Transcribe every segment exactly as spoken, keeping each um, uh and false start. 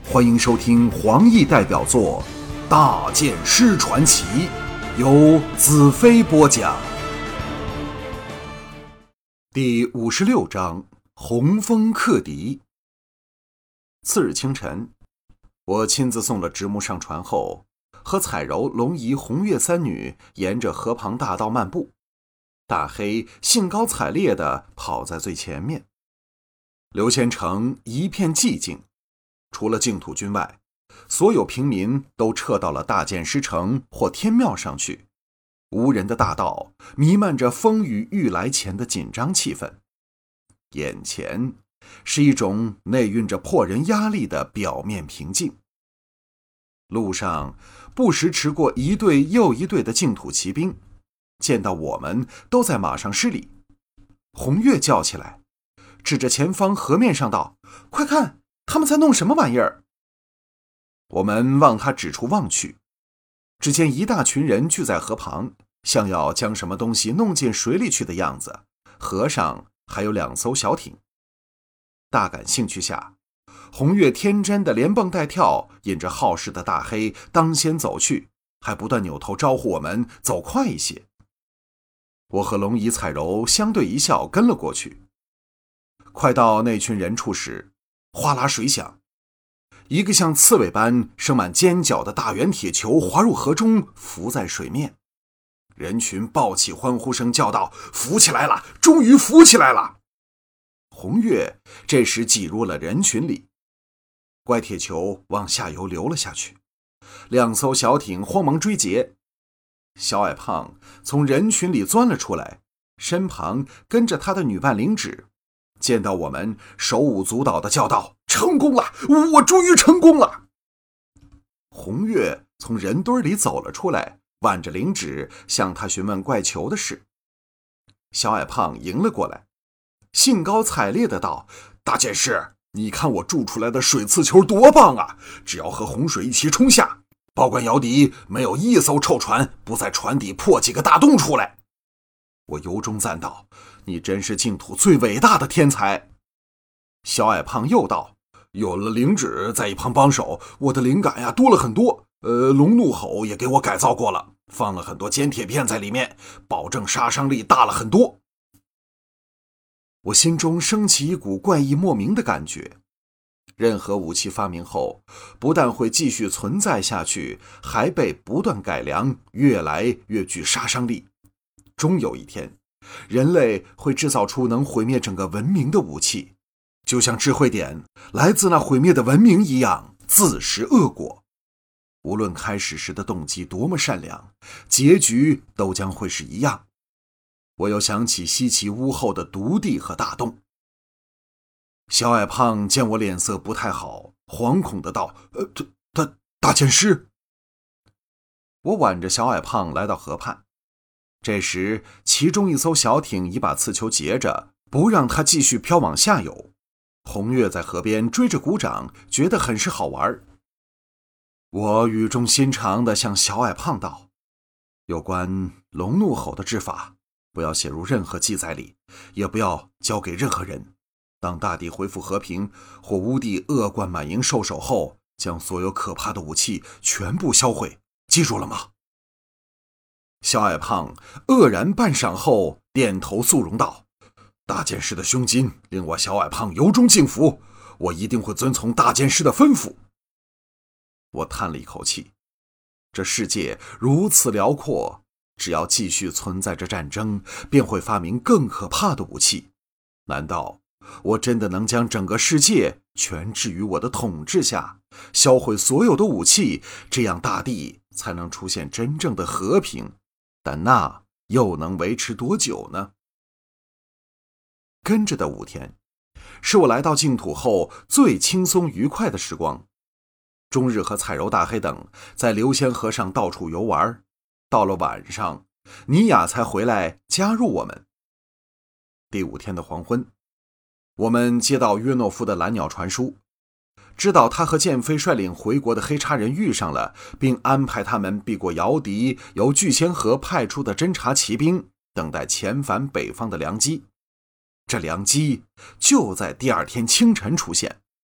欢迎收听黄奕代表作《大剑师传奇》，由子飞播讲。第五十六章：洪峰克敌。次日清晨，我亲自送了直木上船后，和彩柔、龙姨、红月三女沿着河旁大道漫步，大黑兴高采烈地跑在最前面。刘仙城一片寂静，除了净土军外，所有平民都撤到了大剑师城或天庙上去。无人的大道弥漫着风雨欲来前的紧张气氛，眼前是一种内蕴着迫人压力的表面平静。路上不时驰过一队又一队的净土骑兵，见到我们都在马上施礼。红月叫起来，指着前方河面上道：“快看，他们在弄什么玩意儿？”我们往他指处望去，只见一大群人聚在河旁，像要将什么东西弄进水里去的样子。河上还有两艘小艇。大感兴趣下，红月天真的连蹦带跳，引着好事的大黑当先走去，还不断扭头招呼我们走快一些。我和龙姨、彩柔相对一笑，跟了过去。快到那群人处时，哗啦水响，一个像刺猬般生满尖角的大圆铁球滑入河中，浮在水面。人群爆起欢呼声，叫道：“浮起来了，终于浮起来了！”红月这时挤入了人群里，怪铁球往下游流了下去。两艘小艇慌忙追截，小矮胖从人群里钻了出来，身旁跟着他的女伴灵芷。见到我们，手舞足蹈地叫道：“成功了！我终于成功了！”红月从人堆里走了出来，挽着灵芷向他询问怪球的事。小矮胖迎了过来，兴高采烈地道：“大剑师，你看我铸出来的水刺球多棒啊！只要和洪水一起冲下，保管姚笛没有一艘臭船不在船底破几个大洞出来。”我由衷赞道：“你真是净土最伟大的天才。”小矮胖又道：“有了灵芷在一旁帮手，我的灵感呀多了很多。呃，龙怒吼也给我改造过了，放了很多尖铁片在里面，保证杀伤力大了很多。”我心中升起一股怪异莫名的感觉。任何武器发明后，不但会继续存在下去，还被不断改良，越来越具杀伤力。终有一天，人类会制造出能毁灭整个文明的武器，就像智慧点来自那毁灭的文明一样，自食恶果。无论开始时的动机多么善良，结局都将会是一样。我又想起西岐屋后的毒地和大洞。小矮胖见我脸色不太好，惶恐的道：“呃，大大剑师。”我挽着小矮胖来到河畔。这时，其中一艘小艇已把刺球截着，不让它继续飘往下游。红月在河边追着鼓掌，觉得很是好玩。我语重心长地向小矮胖道：“有关龙怒吼的治法，不要写入任何记载里，也不要交给任何人。当大地恢复和平，或乌地恶贯满盈受首后，将所有可怕的武器全部销毁，记住了吗？”小矮胖愕然半晌后，点头肃容道：“大剑师的胸襟令我小矮胖由衷敬服，我一定会遵从大剑师的吩咐。”我叹了一口气，这世界如此辽阔，只要继续存在着战争，便会发明更可怕的武器。难道我真的能将整个世界全置于我的统治下，销毁所有的武器，这样大地才能出现真正的和平？但那又能维持多久呢？跟着的五天，是我来到净土后最轻松愉快的时光。终日和彩柔、大黑等在流仙河上到处游玩，到了晚上，尼雅才回来加入我们。第五天的黄昏，我们接到约诺夫的蓝鸟传书，知道他和剑飞率领回国的黑叉人遇上了，并安排他们避过姚笛由聚仙河派出的侦察骑兵，等待遣返北方的良机。这良机就在第二天清晨出现。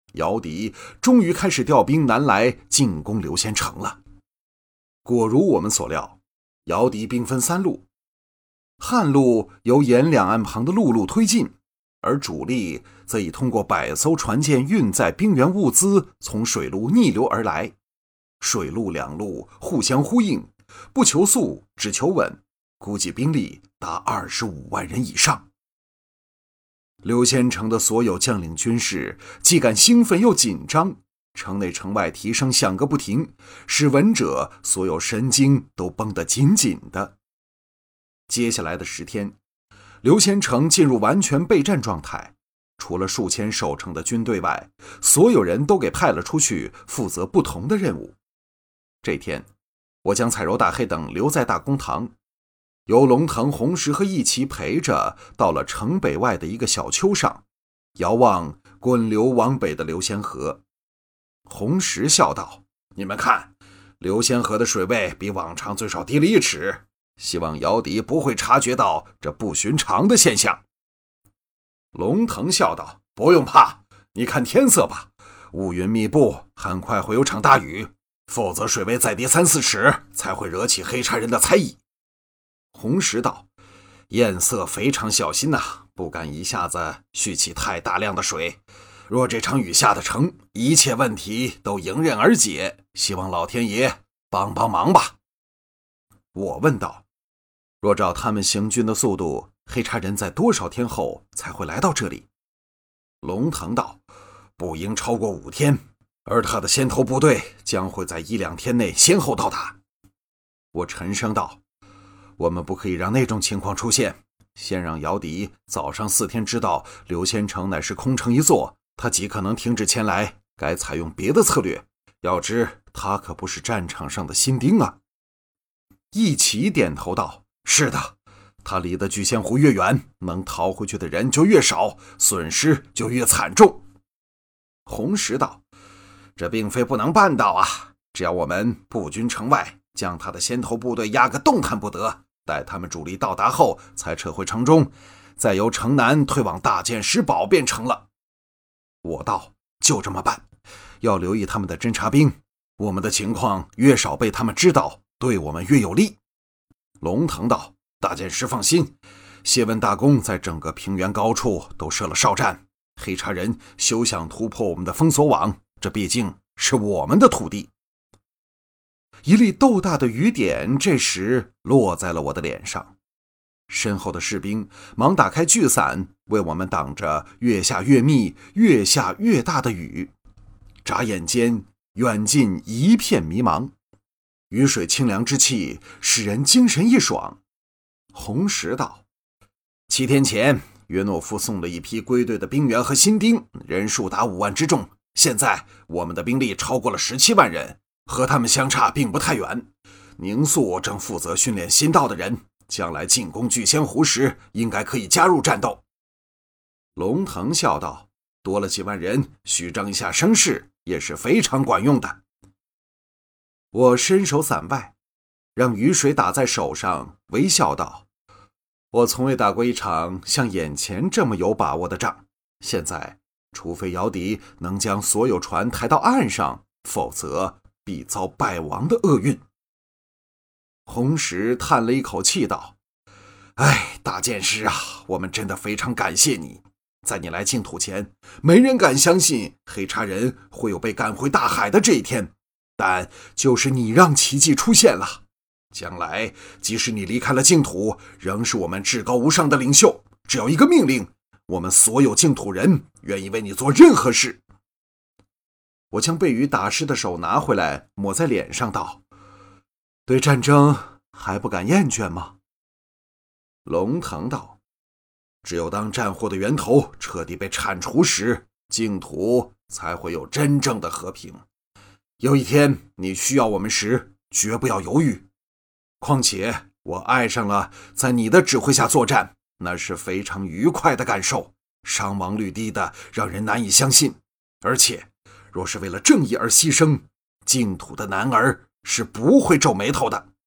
姚敌终于开始调兵南来进攻刘仙城了。果如我们所料，姚敌兵分三路，汉路由沿两岸旁的陆路推进，而主力则以通过百艘船舰运载兵员物资从水路逆流而来。水陆两路互相呼应，不求速，只求稳，估计兵力达二十五万人以上。刘仙城的所有将领军士既感兴奋又紧张，城内城外蹄声响个不停，使闻者所有神经都绷得紧紧的。接下来的十天，刘仙城进入完全备战状态，除了数千守城的军队外，所有人都给派了出去，负责不同的任务。这天，我将彩柔、大黑等留在大公堂，由龙腾、红石和一齐陪着到了城北外的一个小丘上，遥望滚流往北的流仙河。红石笑道：“你们看，流仙河的水位比往常最少低了一尺，希望姚敌不会察觉到这不寻常的现象。”龙腾笑道：“不用怕，你看天色吧，乌云密布，很快会有场大雨，否则水位再低三四尺，才会惹起黑叉人的猜疑。”红石道：“堰塞非常小心呐、啊，不敢一下子蓄起太大量的水。若这场雨下得成，一切问题都迎刃而解，希望老天爷帮帮忙吧。”我问道：“若照他们行军的速度，黑叉人在多少天后才会来到这里？”龙腾道：“不应超过五天，而他的先头部队将会在一两天内先后到达。”我沉声道：“我们不可以让那种情况出现，先让姚敌早上四天知道刘仙城乃是空城一座，他极可能停止前来，该采用别的策略。要知他可不是战场上的新丁啊。”一齐点头道：“是的，他离得聚仙湖越远，能逃回去的人就越少，损失就越惨重。”红石道：“这并非不能办到啊，只要我们布军城外，将他的先头部队压个动弹不得，待他们主力到达后才撤回城中，再由城南退往大剑石堡便成了。”我道：“就这么办，要留意他们的侦察兵，我们的情况越少被他们知道，对我们越有利。”龙腾道：“大剑石放心，谢文大公在整个平原高处都设了哨站，黑叉人休想突破我们的封锁网，这毕竟是我们的土地。”一粒豆大的雨点这时落在了我的脸上，身后的士兵忙打开巨伞，为我们挡着越下越密、越下越大的雨。眨眼间，远近一片迷茫，雨水清凉之气使人精神一爽。红石道：“七天前，约诺夫送了一批归队的兵员和新丁，人数达五万之众。现在我们的兵力超过了十七万人，和他们相差并不太远。宁肃正负责训练新到的人，将来进攻聚仙湖时，应该可以加入战斗。”龙腾笑道：“多了几万人，虚张一下声势也是非常管用的。”我伸手伞外，让雨水打在手上，微笑道：“我从未打过一场像眼前这么有把握的仗，现在除非姚敌能将所有船抬到岸上，否则必遭败亡的厄运。”红石叹了一口气道：“哎，大剑师啊，我们真的非常感谢你。在你来净土前，没人敢相信黑叉人会有被赶回大海的这一天，但就是你让奇迹出现了。将来即使你离开了净土，仍是我们至高无上的领袖，只要一个命令，我们所有净土人愿意为你做任何事。”我将被雨打湿的手拿回来，抹在脸上道：“对战争还不感厌倦吗？”龙腾道：“只有当战祸的源头彻底被铲除时，净土才会有真正的和平。有一天你需要我们时，绝不要犹豫。况且我爱上了在你的指挥下作战，那是非常愉快的感受，伤亡率低的让人难以相信。而且若是为了正义而牺牲，净土的男儿是不会皱眉头的。”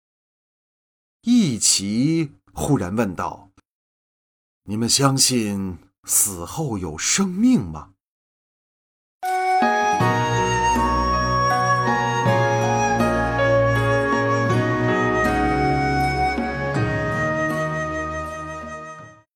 一齐忽然问道：“你们相信死后有生命吗？”